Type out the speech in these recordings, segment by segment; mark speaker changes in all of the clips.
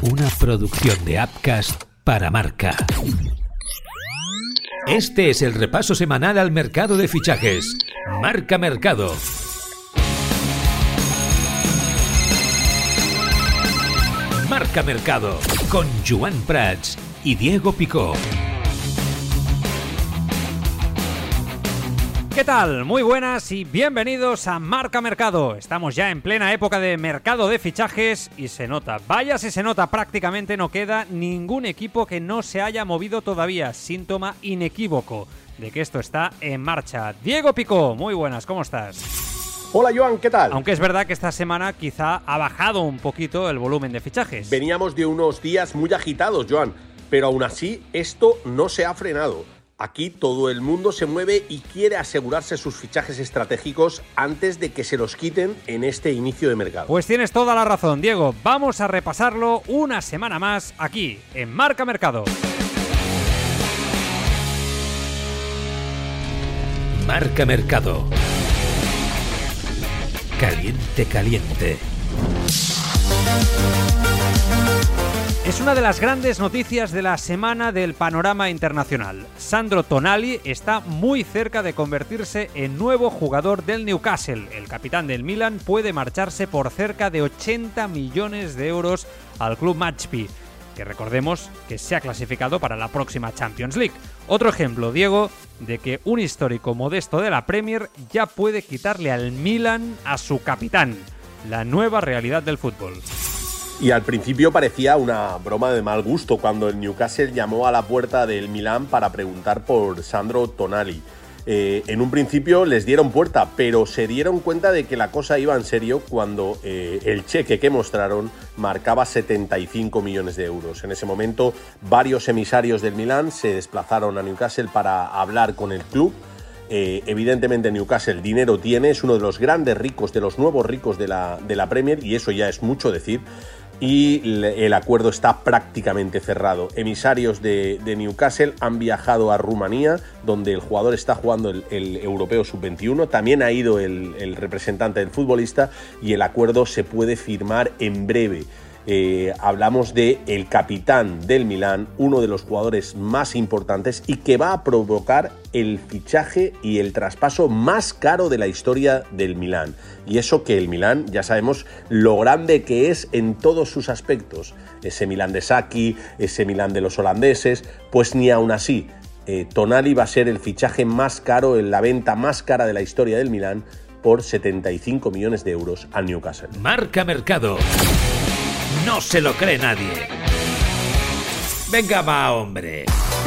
Speaker 1: Una producción de Appcast para Marca. Este es el repaso semanal al mercado de fichajes. Marca Mercado. Marca Mercado, con Joan Prats y Diego Picó.
Speaker 2: ¿Qué tal? Muy buenas y bienvenidos a Marca Mercado. Estamos ya en plena época de mercado de fichajes y se nota, vaya si se nota, prácticamente no queda ningún equipo que no se haya movido todavía. Síntoma inequívoco de que esto está en marcha. Diego Picó, muy buenas, ¿cómo estás?
Speaker 3: Hola Joan, ¿qué tal?
Speaker 2: Aunque es verdad que esta semana quizá ha bajado un poquito el volumen de fichajes.
Speaker 3: Veníamos de unos días muy agitados, Joan, pero aún así esto no se ha frenado. Aquí todo el mundo se mueve y quiere asegurarse sus fichajes estratégicos antes de que se los quiten en este inicio de mercado.
Speaker 2: Pues tienes toda la razón, Diego. Vamos a repasarlo una semana más aquí en Marca Mercado.
Speaker 1: Marca Mercado. Caliente, caliente.
Speaker 2: Es una de las grandes noticias de la semana del panorama internacional. Sandro Tonali está muy cerca de convertirse en nuevo jugador del Newcastle. El capitán del Milan puede marcharse por cerca de 80 millones de euros al club Matchpie, que recordemos que se ha clasificado para la próxima Champions League. Otro ejemplo, Diego, de que un histórico modesto de la Premier ya puede quitarle al Milan a su capitán. La nueva realidad del fútbol.
Speaker 3: Y al principio parecía una broma de mal gusto cuando el Newcastle llamó a la puerta del Milán para preguntar por Sandro Tonali. En un principio les dieron puerta, pero se dieron cuenta de que la cosa iba en serio cuando el cheque que mostraron marcaba 75 millones de euros. En ese momento, varios emisarios del Milán se desplazaron a Newcastle para hablar con el club. Evidentemente Newcastle dinero tiene, es uno de los grandes ricos, de los nuevos ricos de la Premier, y eso ya es mucho decir. Y el acuerdo está prácticamente cerrado. Emisarios de Newcastle han viajado a Rumanía, donde el jugador está jugando el Europeo Sub-21. También ha ido el representante del futbolista y el acuerdo se puede firmar en breve. Hablamos de el capitán del Milán, uno de los jugadores más importantes y que va a provocar el fichaje y el traspaso más caro de la historia del Milán. Y eso que el Milán, ya sabemos lo grande que es en todos sus aspectos. Ese Milán de Saki, ese Milán de los holandeses, pues ni aún así. Tonali va a ser el fichaje más caro, la venta más cara de la historia del Milán, por 75 millones de euros al Newcastle.
Speaker 1: Marca Mercado. No se lo cree nadie. Venga, va, hombre.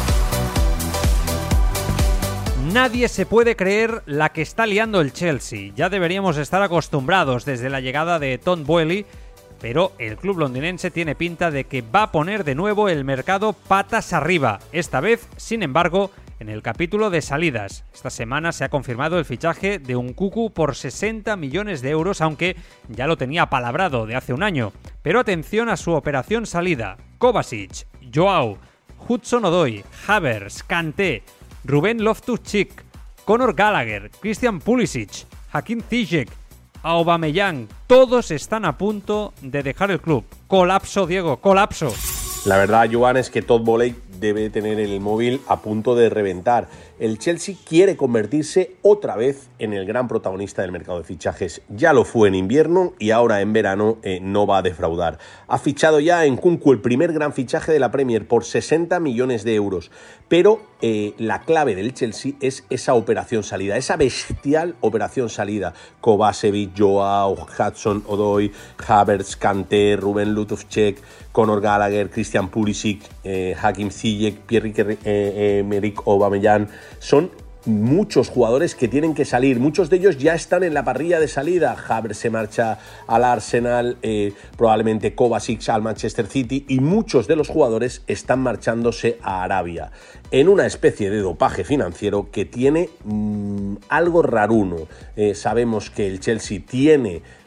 Speaker 2: Nadie se puede creer la que está liando el Chelsea. Ya deberíamos estar acostumbrados desde la llegada de Todd Boehly, pero el club londinense tiene pinta de que va a poner de nuevo el mercado patas arriba. Esta vez, sin embargo, en el capítulo de salidas. Esta semana se ha confirmado el fichaje de Nkunku por 60 millones de euros, aunque ya lo tenía palabrado de hace un año. Pero atención a su operación salida. Kovacic, Joao, Hudson-Odoi, Havertz, Kanté, Ruben Loftus-Cheek, Conor Gallagher, Christian Pulisic, Hakim Ziyech, Aubameyang, todos están a punto de dejar el club. Colapso, Diego, colapso.
Speaker 3: La verdad, Joan, es que Todd Boehly debe tener el móvil a punto de reventar. El Chelsea quiere convertirse otra vez en el gran protagonista del mercado de fichajes. Ya lo fue en invierno y ahora en verano no va a defraudar. Ha fichado ya en Nkunku, el primer gran fichaje de la Premier, por 60 millones de euros. Pero la clave del Chelsea es esa operación salida, esa bestial operación salida. Kovacevic, Joao, Hudson-Odoi, Havertz, Kanté, Ruben Loftus-Cheek, Conor Gallagher, Christian Pulisic, Hakim Ziyech, Pierre-Emerick Aubameyang. Son muchos jugadores que tienen que salir, muchos de ellos ya están en la parrilla de salida. Havertz se marcha al Arsenal, probablemente Kovacic al Manchester City, y muchos de los jugadores están marchándose a Arabia en una especie de dopaje financiero que tiene algo raruno. Sabemos que el Chelsea tiene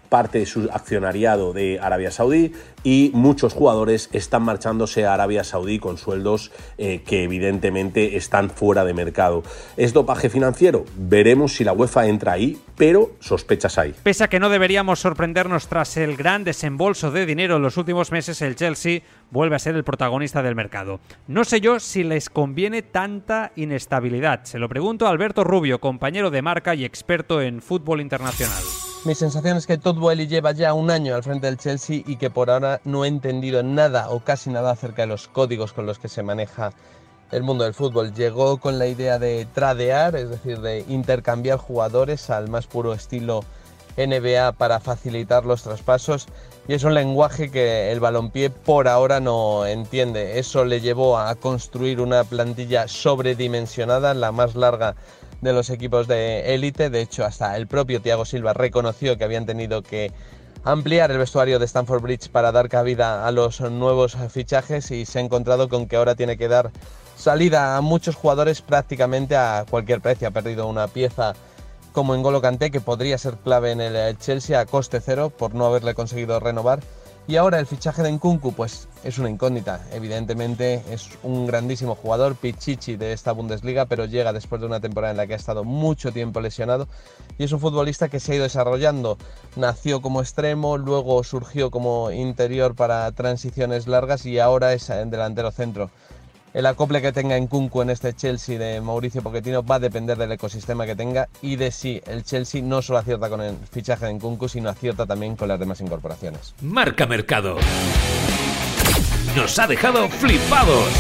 Speaker 3: parte de su accionariado de Arabia Saudí y muchos jugadores están marchándose a Arabia Saudí con sueldos que evidentemente están fuera de mercado. ¿Es dopaje financiero? Veremos si la UEFA entra ahí, pero sospechas hay.
Speaker 2: Pese a que no deberíamos sorprendernos tras el gran desembolso de dinero en los últimos meses, el Chelsea vuelve a ser el protagonista del mercado. No sé yo si les conviene tanta inestabilidad. Se lo pregunto a Alberto Rubio, compañero de Marca y experto en fútbol internacional.
Speaker 4: Mi sensación es que Todd Boehly lleva ya un año al frente del Chelsea y que por ahora no ha entendido nada o casi nada acerca de los códigos con los que se maneja el mundo del fútbol. Llegó con la idea de tradear, es decir, de intercambiar jugadores al más puro estilo NBA para facilitar los traspasos, y es un lenguaje que el balompié por ahora no entiende. Eso le llevó a construir una plantilla sobredimensionada, la más larga de los equipos de élite. De hecho, hasta el propio Thiago Silva reconoció que habían tenido que ampliar el vestuario de Stamford Bridge para dar cabida a los nuevos fichajes, y se ha encontrado con que ahora tiene que dar salida a muchos jugadores prácticamente a cualquier precio. Ha perdido una pieza como N'Golo Kanté, que podría ser clave en el Chelsea, a coste cero por no haberle conseguido renovar. Y ahora el fichaje de Nkunku pues es una incógnita. Evidentemente es un grandísimo jugador, pichichi de esta Bundesliga, pero llega después de una temporada en la que ha estado mucho tiempo lesionado, y es un futbolista que se ha ido desarrollando. Nació como extremo, luego surgió como interior para transiciones largas y ahora es delantero centro. El acople que tenga Nkunku en este Chelsea de Mauricio Pochettino va a depender del ecosistema que tenga y de si el Chelsea no solo acierta con el fichaje de Nkunku, sino acierta también con las demás incorporaciones.
Speaker 1: Marca Mercado. Nos ha dejado flipados.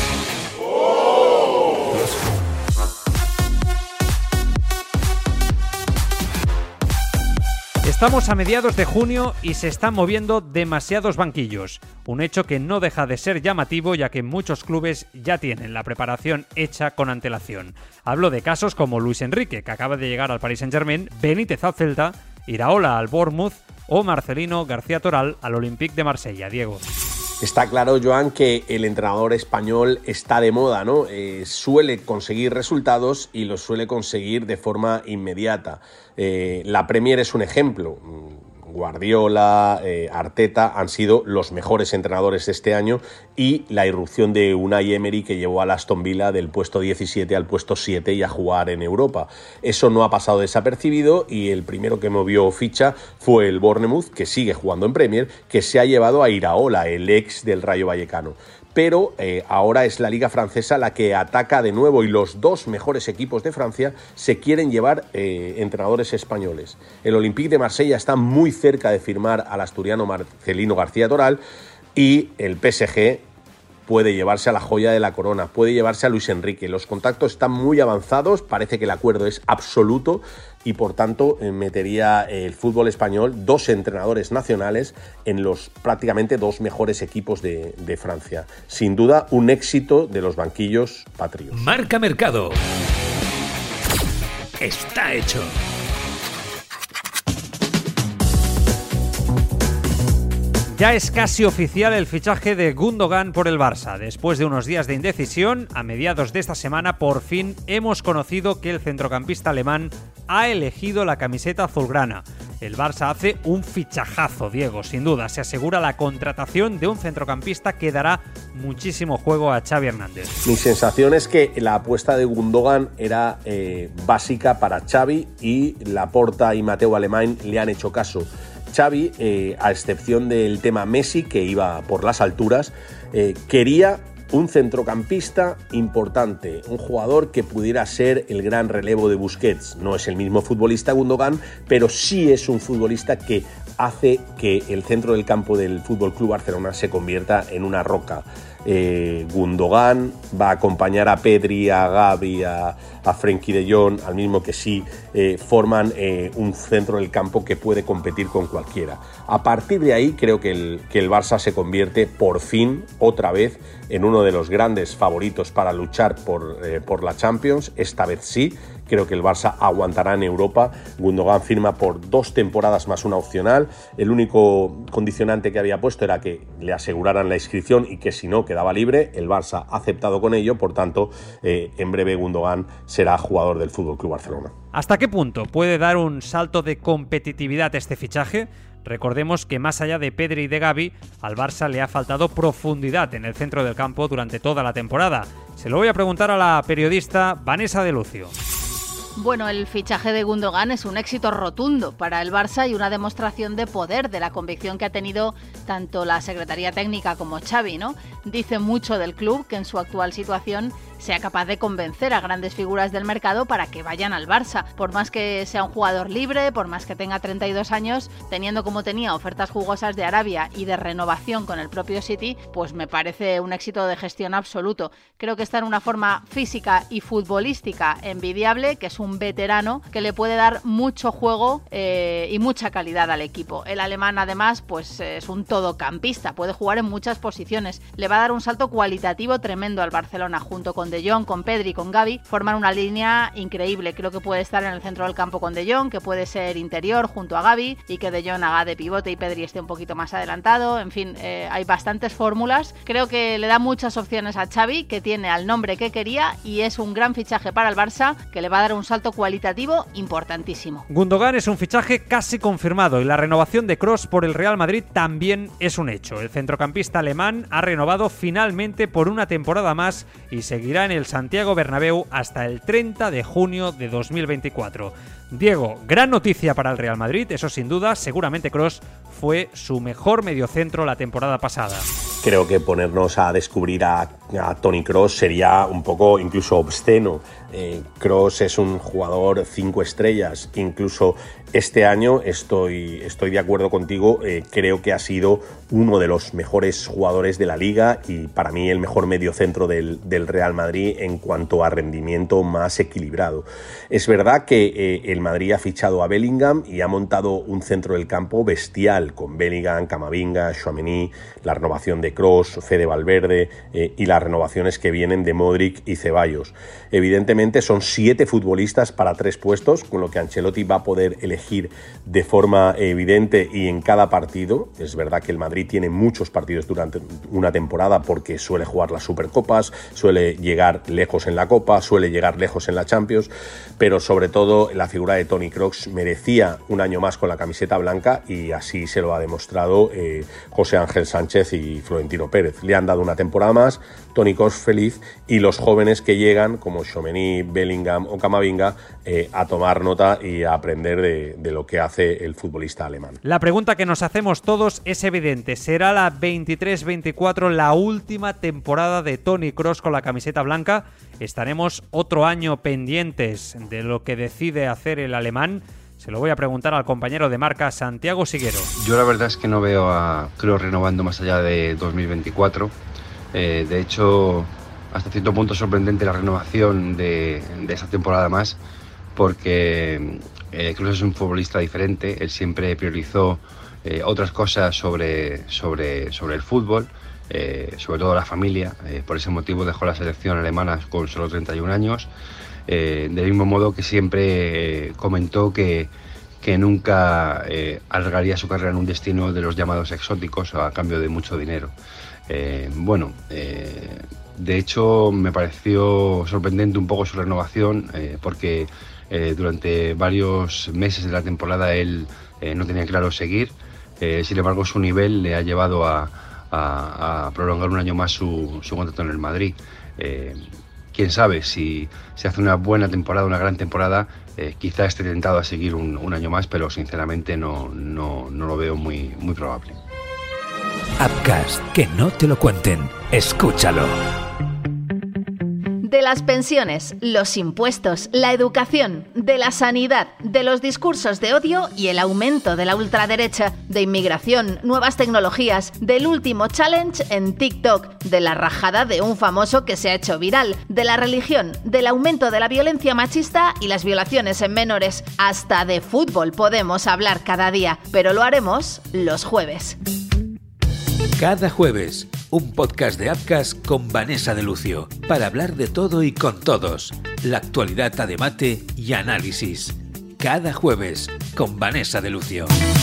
Speaker 2: Estamos a mediados de junio y se están moviendo demasiados banquillos, un hecho que no deja de ser llamativo, ya que muchos clubes ya tienen la preparación hecha con antelación. Hablo de casos como Luis Enrique, que acaba de llegar al Paris Saint-Germain, Benítez al Celta, Iraola al Bournemouth o Marcelino García Toral al Olympique de Marsella. Diego.
Speaker 3: Está claro, Joan, que el entrenador español está de moda, ¿no? Suele conseguir resultados y los suele conseguir de forma inmediata. La Premier es un ejemplo. Guardiola, Arteta han sido los mejores entrenadores de este año, y la irrupción de Unai Emery, que llevó al Aston Villa del puesto 17 al puesto 7 y a jugar en Europa. Eso no ha pasado desapercibido, y el primero que movió ficha fue el Bournemouth, que sigue jugando en Premier, que se ha llevado a Iraola, el ex del Rayo Vallecano. Pero ahora es la Liga Francesa la que ataca de nuevo, y los dos mejores equipos de Francia se quieren llevar entrenadores españoles. El Olympique de Marsella está muy cerca de firmar al asturiano Marcelino García Toral, y el PSG puede llevarse a la joya de la corona, puede llevarse a Luis Enrique. Los contactos están muy avanzados, parece que el acuerdo es absoluto, y por tanto metería el fútbol español dos entrenadores nacionales en los prácticamente dos mejores equipos de Francia. Sin duda, un éxito de los banquillos patrios.
Speaker 1: Marca Mercado. Está hecho.
Speaker 2: Ya es casi oficial el fichaje de Gundogan por el Barça. Después de unos días de indecisión, a mediados de esta semana por fin hemos conocido que el centrocampista alemán ha elegido la camiseta azulgrana. El Barça hace un fichajazo, Diego, sin duda. Se asegura la contratación de un centrocampista que dará muchísimo juego a Xavi Hernández.
Speaker 3: Mi sensación es que la apuesta de Gundogan era básica para Xavi, y Laporta y Mateu Alemany le han hecho caso. Xavi, a excepción del tema Messi, que iba por las alturas, quería un centrocampista importante, un jugador que pudiera ser el gran relevo de Busquets. No es el mismo futbolista Gundogan, pero sí es un futbolista que hace que el centro del campo del FC Barcelona se convierta en una roca. Gundogan va a acompañar a Pedri, a Gavi, a Frenkie de Jong, al mismo que sí forman un centro del campo que puede competir con cualquiera. A partir de ahí creo que el Barça se convierte por fin, otra vez, en uno de los grandes favoritos para luchar por la Champions. Esta vez sí, creo que el Barça aguantará en Europa. Gundogan firma por 2 temporadas más una opcional. El único condicionante que había puesto era que le aseguraran la inscripción y que si no quedaba libre. El Barça ha aceptado con ello, por tanto, en breve Gundogan será jugador del FC Barcelona.
Speaker 2: ¿Hasta qué punto puede dar un salto de competitividad este fichaje? Recordemos que más allá de Pedri y de Gavi, al Barça le ha faltado profundidad en el centro del campo durante toda la temporada. Se lo voy a preguntar a la periodista Vanessa de Lucio.
Speaker 5: Bueno, el fichaje de Gundogan es un éxito rotundo para el Barça y una demostración de poder, de la convicción que ha tenido tanto la Secretaría Técnica como Xavi, ¿no? Dice mucho del club que en su actual situación sea capaz de convencer a grandes figuras del mercado para que vayan al Barça. Por más que sea un jugador libre, por más que tenga 32 años, teniendo como tenía ofertas jugosas de Arabia y de renovación con el propio City, pues me parece un éxito de gestión absoluto. Creo que está en una forma física y futbolística envidiable, que es un veterano que le puede dar mucho juego y mucha calidad al equipo. El alemán, además, pues es un todocampista, puede jugar en muchas posiciones. Le va a dar un salto cualitativo tremendo al Barcelona, junto con De Jong, con Pedri, con Gavi, forman una línea increíble. Creo que puede estar en el centro del campo con De Jong, que puede ser interior junto a Gavi y que De Jong haga de pivote y Pedri esté un poquito más adelantado. En fin, hay bastantes fórmulas. Creo que le da muchas opciones a Xavi, que tiene al nombre que quería y es un gran fichaje para el Barça, que le va a dar un salto cualitativo importantísimo.
Speaker 2: Gundogan es un fichaje casi confirmado y la renovación de Kroos por el Real Madrid también es un hecho. El centrocampista alemán ha renovado finalmente por una temporada más y seguirá en el Santiago Bernabéu hasta el 30 de junio de 2024. Diego, gran noticia para el Real Madrid, eso sin duda. Seguramente Kroos fue su mejor mediocentro la temporada pasada.
Speaker 3: Creo que ponernos a descubrir a Toni Kroos sería un poco incluso obsceno. Kroos es un jugador 5 estrellas, incluso este año estoy de acuerdo contigo, creo que ha sido uno de los mejores jugadores de la liga y para mí el mejor mediocentro del Real Madrid en cuanto a rendimiento más equilibrado. Es verdad que el Madrid ha fichado a Bellingham y ha montado un centro del campo bestial con Bellingham, Camavinga, Tchouaméni, la renovación de Kroos, Fede Valverde y las renovaciones que vienen de Modric y Ceballos. Evidentemente son 7 futbolistas para 3 puestos, con lo que Ancelotti va a poder elegir de forma evidente y en cada partido. Es verdad que el Madrid tiene muchos partidos durante una temporada porque suele jugar las Supercopas, suele llegar lejos en la Copa, suele llegar lejos en la Champions, pero sobre todo la figura de Toni Kroos merecía un año más con la camiseta blanca y así se lo ha demostrado José Ángel Sánchez y Florentino Pérez. Le han dado una temporada más, Toni Kroos feliz y los jóvenes que llegan como Tchouaméni, Bellingham o Camavinga a tomar nota y a aprender de lo que hace el futbolista alemán.
Speaker 2: La pregunta que nos hacemos todos es evidente. ¿Será la 23-24 la última temporada de Toni Kroos con la camiseta blanca? ¿Estaremos otro año pendientes de lo que decide hacer el alemán? Se lo voy a preguntar al compañero de marca Santiago Siguero.
Speaker 6: Yo la verdad es que no veo a Kroos renovando más allá de 2024. De hecho, hasta cierto punto sorprendente la renovación de esta temporada más, porque Kroos es un futbolista diferente. Él siempre priorizó otras cosas sobre el fútbol, sobre todo la familia. Por ese motivo dejó la selección alemana con solo 31 años. Del mismo modo que siempre comentó que nunca alargaría su carrera en un destino de los llamados exóticos a cambio de mucho dinero. De hecho me pareció sorprendente un poco su renovación porque durante varios meses de la temporada él no tenía claro seguir. Sin embargo, su nivel le ha llevado a prolongar un año más su contrato en el Madrid. Quién sabe, si se hace una buena temporada, una gran temporada, quizá esté tentado a seguir un año más, pero sinceramente no lo veo muy probable.
Speaker 1: Upcast, que no te lo cuenten, escúchalo.
Speaker 5: De las pensiones, los impuestos, la educación, de la sanidad, de los discursos de odio y el aumento de la ultraderecha, de inmigración, nuevas tecnologías, del último challenge en TikTok, de la rajada de un famoso que se ha hecho viral, de la religión, del aumento de la violencia machista y las violaciones en menores. Hasta de fútbol podemos hablar cada día, pero lo haremos los jueves.
Speaker 1: Cada jueves, un podcast de Upcast con Vanessa de Lucio, para hablar de todo y con todos, la actualidad a debate y análisis. Cada jueves, con Vanessa de Lucio.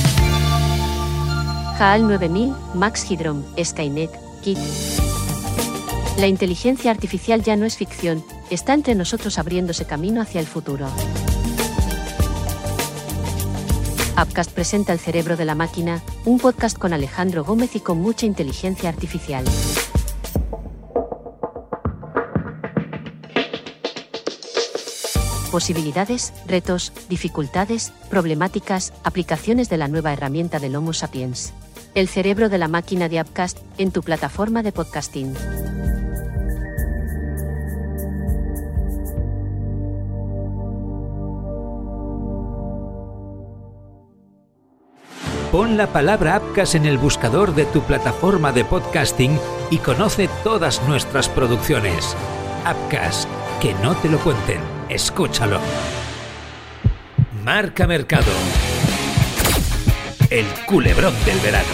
Speaker 7: HAL 9000, Max Hydrom, Skynet, Kit. La inteligencia artificial ya no es ficción, está entre nosotros abriéndose camino hacia el futuro. Upcast presenta El cerebro de la máquina, un podcast con Alejandro Gómez y con mucha inteligencia artificial. Posibilidades, retos, dificultades, problemáticas, aplicaciones de la nueva herramienta del Homo Sapiens. El cerebro de la máquina de Upcast, en tu plataforma de podcasting.
Speaker 1: Pon la palabra Upcast en el buscador de tu plataforma de podcasting y conoce todas nuestras producciones. Upcast, que no te lo cuenten, escúchalo. Marca Mercado. El culebrón del verano.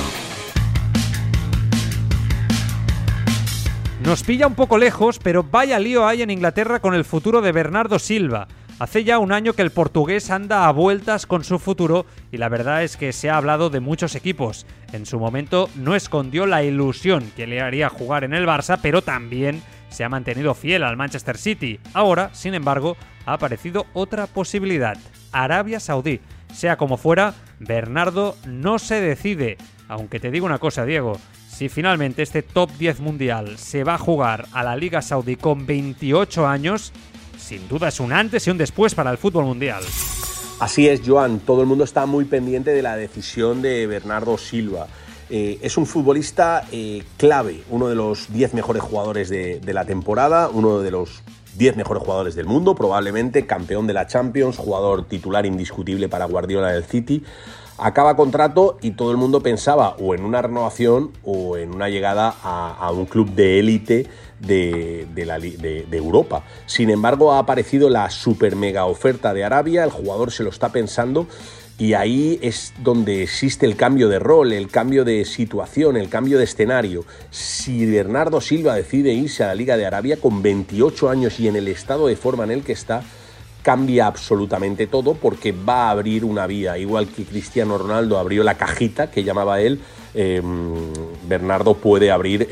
Speaker 2: Nos pilla un poco lejos, pero vaya lío hay en Inglaterra con el futuro de Bernardo Silva. Hace ya un año que el portugués anda a vueltas con su futuro y la verdad es que se ha hablado de muchos equipos. En su momento no escondió la ilusión que le haría jugar en el Barça, pero también se ha mantenido fiel al Manchester City. Ahora, sin embargo, ha aparecido otra posibilidad: Arabia Saudí. Sea como fuera, Bernardo no se decide. Aunque te digo una cosa, Diego, si finalmente este top 10 mundial se va a jugar a la Liga Saudí con 28 años... sin duda es un antes y un después para el fútbol mundial.
Speaker 3: Así es, Joan. Todo el mundo está muy pendiente de la decisión de Bernardo Silva. Es un futbolista clave, uno de los 10 mejores jugadores de la temporada, uno de los 10 mejores jugadores del mundo, probablemente campeón de la Champions, jugador titular indiscutible para Guardiola del City. Acaba contrato y todo el mundo pensaba o en una renovación o en una llegada a un club de élite de Europa. Sin embargo, ha aparecido la super mega oferta de Arabia, el jugador se lo está pensando y ahí es donde existe el cambio de rol, el cambio de situación, el cambio de escenario. Si Bernardo Silva decide irse a la Liga de Arabia con 28 años y en el estado de forma en el que está, cambia absolutamente todo porque va a abrir una vía, igual que Cristiano Ronaldo abrió la cajita que llamaba él. Bernardo puede abrir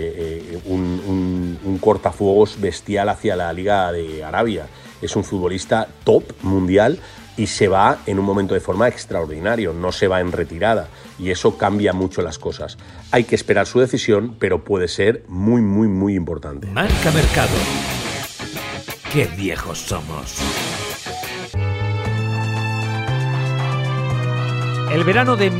Speaker 3: un cortafuegos bestial hacia la Liga de Arabia. Es un futbolista top mundial y se va en un momento de forma extraordinario, no se va en retirada y eso cambia mucho las cosas. Hay que esperar su decisión, pero puede ser muy, muy, muy importante.
Speaker 1: Marca Mercado. ¡Qué viejos somos!
Speaker 2: El verano de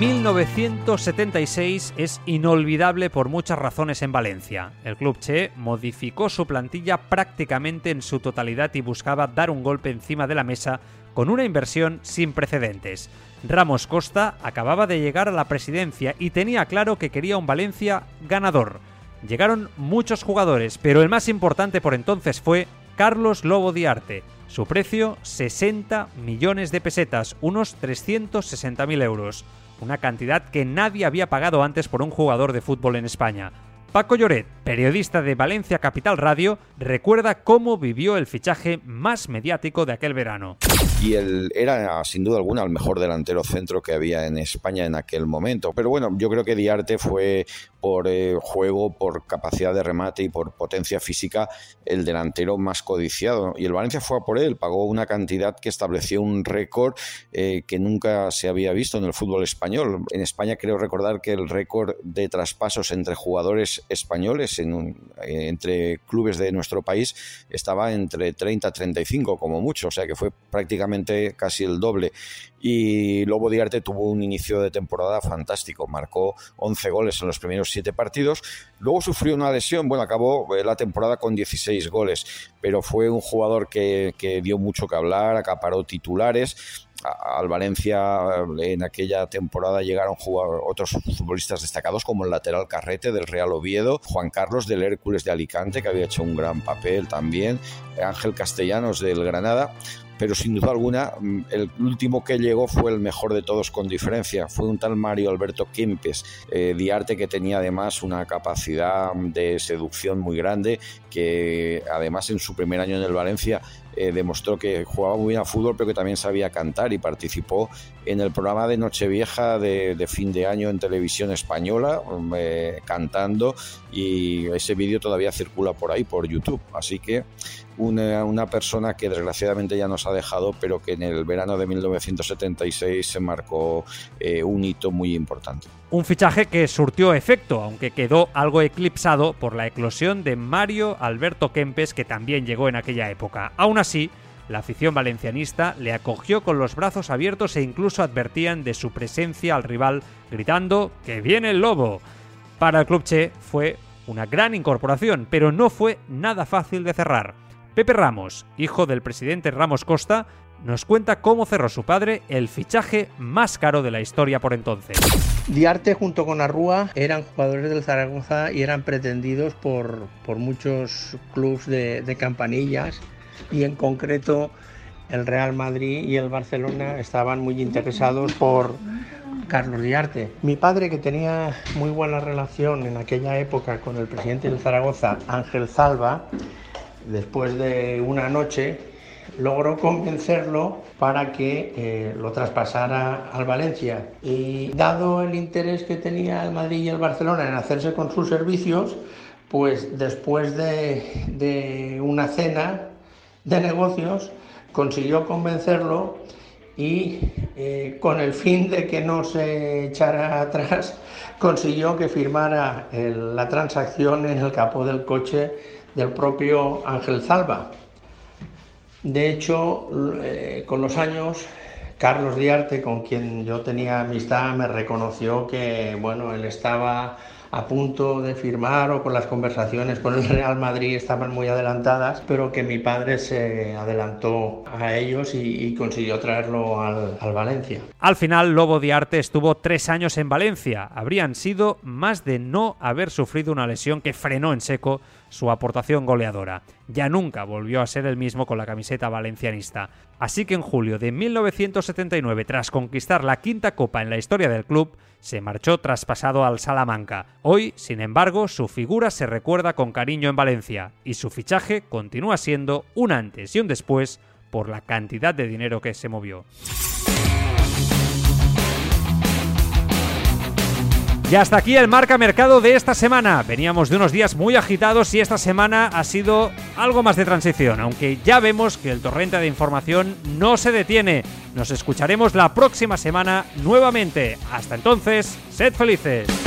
Speaker 2: 1976 es inolvidable por muchas razones en Valencia. El club Che modificó su plantilla prácticamente en su totalidad y buscaba dar un golpe encima de la mesa con una inversión sin precedentes. Ramos Costa acababa de llegar a la presidencia y tenía claro que quería un Valencia ganador. Llegaron muchos jugadores, pero el más importante por entonces fue Carlos Lobo Diarte. Su precio, 60 millones de pesetas, unos 360.000 euros. Una cantidad que nadie había pagado antes por un jugador de fútbol en España. Paco Lloret, periodista de Valencia Capital Radio, recuerda cómo vivió el fichaje más mediático de aquel verano.
Speaker 8: Y él era, sin duda alguna, el mejor delantero centro que había en España en aquel momento. Pero bueno, yo creo que Diarte fue, por juego, por capacidad de remate y por potencia física, el delantero más codiciado. Y el Valencia fue a por él, pagó una cantidad que estableció un récord que nunca se había visto en el fútbol español. En España creo recordar que el récord de traspasos entre jugadores españoles entre clubes de nuestro país estaba entre 30 a 35 como mucho, o sea que fue prácticamente casi el doble. Y Lobo Diarte tuvo un inicio de temporada fantástico, marcó 11 goles en los primeros 7 partidos, luego sufrió una lesión, acabó la temporada con 16 goles, pero fue un jugador que dio mucho que hablar, acaparó titulares. Al Valencia en aquella temporada llegaron otros futbolistas destacados como el lateral Carrete del Real Oviedo, Juan Carlos del Hércules de Alicante, que había hecho un gran papel también, Ángel Castellanos del Granada. Pero sin duda alguna el último que llegó fue el mejor de todos con diferencia, fue un tal Mario Alberto Kempes. Diarte, que tenía además una capacidad de seducción muy grande, que además en su primer año en el Valencia demostró que jugaba muy bien a fútbol, pero que también sabía cantar, y participó en el programa de Nochevieja de fin de año en televisión española, cantando, y ese vídeo todavía circula por ahí, por YouTube. Así que una persona que desgraciadamente ya nos ha dejado, pero que en el verano de 1976 se marcó un hito muy importante.
Speaker 2: Un fichaje que surtió efecto, aunque quedó algo eclipsado por la eclosión de Mario Alberto Kempes, que también llegó en aquella época. Aún así, la afición valencianista le acogió con los brazos abiertos e incluso advertían de su presencia al rival, gritando ¡que viene el lobo! Para el Club Che fue una gran incorporación, pero no fue nada fácil de cerrar. Pepe Ramos, hijo del presidente Ramos Costa, nos cuenta cómo cerró su padre el fichaje más caro de la historia por entonces.
Speaker 9: Diarte junto con Arrúa eran jugadores del Zaragoza y eran pretendidos por muchos clubes de campanillas, y en concreto el Real Madrid y el Barcelona estaban muy interesados por Carlos Diarte. Mi padre, que tenía muy buena relación en aquella época con el presidente del Zaragoza, Ángel Zalba, después de una noche logró convencerlo para que lo traspasara al Valencia, y dado el interés que tenía el Madrid y el Barcelona en hacerse con sus servicios, pues después de una cena de negocios consiguió convencerlo, y con el fin de que no se echara atrás consiguió que firmara la transacción en el capó del coche del propio Ángel Zalba. De hecho, con los años, Carlos Diarte, con quien yo tenía amistad, me reconoció que bueno, él estaba a punto de firmar, o con las conversaciones con el Real Madrid estaban muy adelantadas, pero que mi padre se adelantó a ellos y consiguió traerlo al Valencia.
Speaker 2: Al final, Lobo Diarte estuvo 3 años en Valencia. Habrían sido más de no haber sufrido una lesión que frenó en seco su aportación goleadora. Ya nunca volvió a ser el mismo con la camiseta valencianista. Así que en julio de 1979, tras conquistar la 5ª Copa en la historia del club, se marchó traspasado al Salamanca. Hoy, sin embargo, su figura se recuerda con cariño en Valencia, y su fichaje continúa siendo un antes y un después por la cantidad de dinero que se movió. Y hasta aquí el Marca Mercado de esta semana. Veníamos de unos días muy agitados y esta semana ha sido algo más de transición, aunque ya vemos que el torrente de información no se detiene. Nos escucharemos la próxima semana nuevamente. Hasta entonces, sed felices.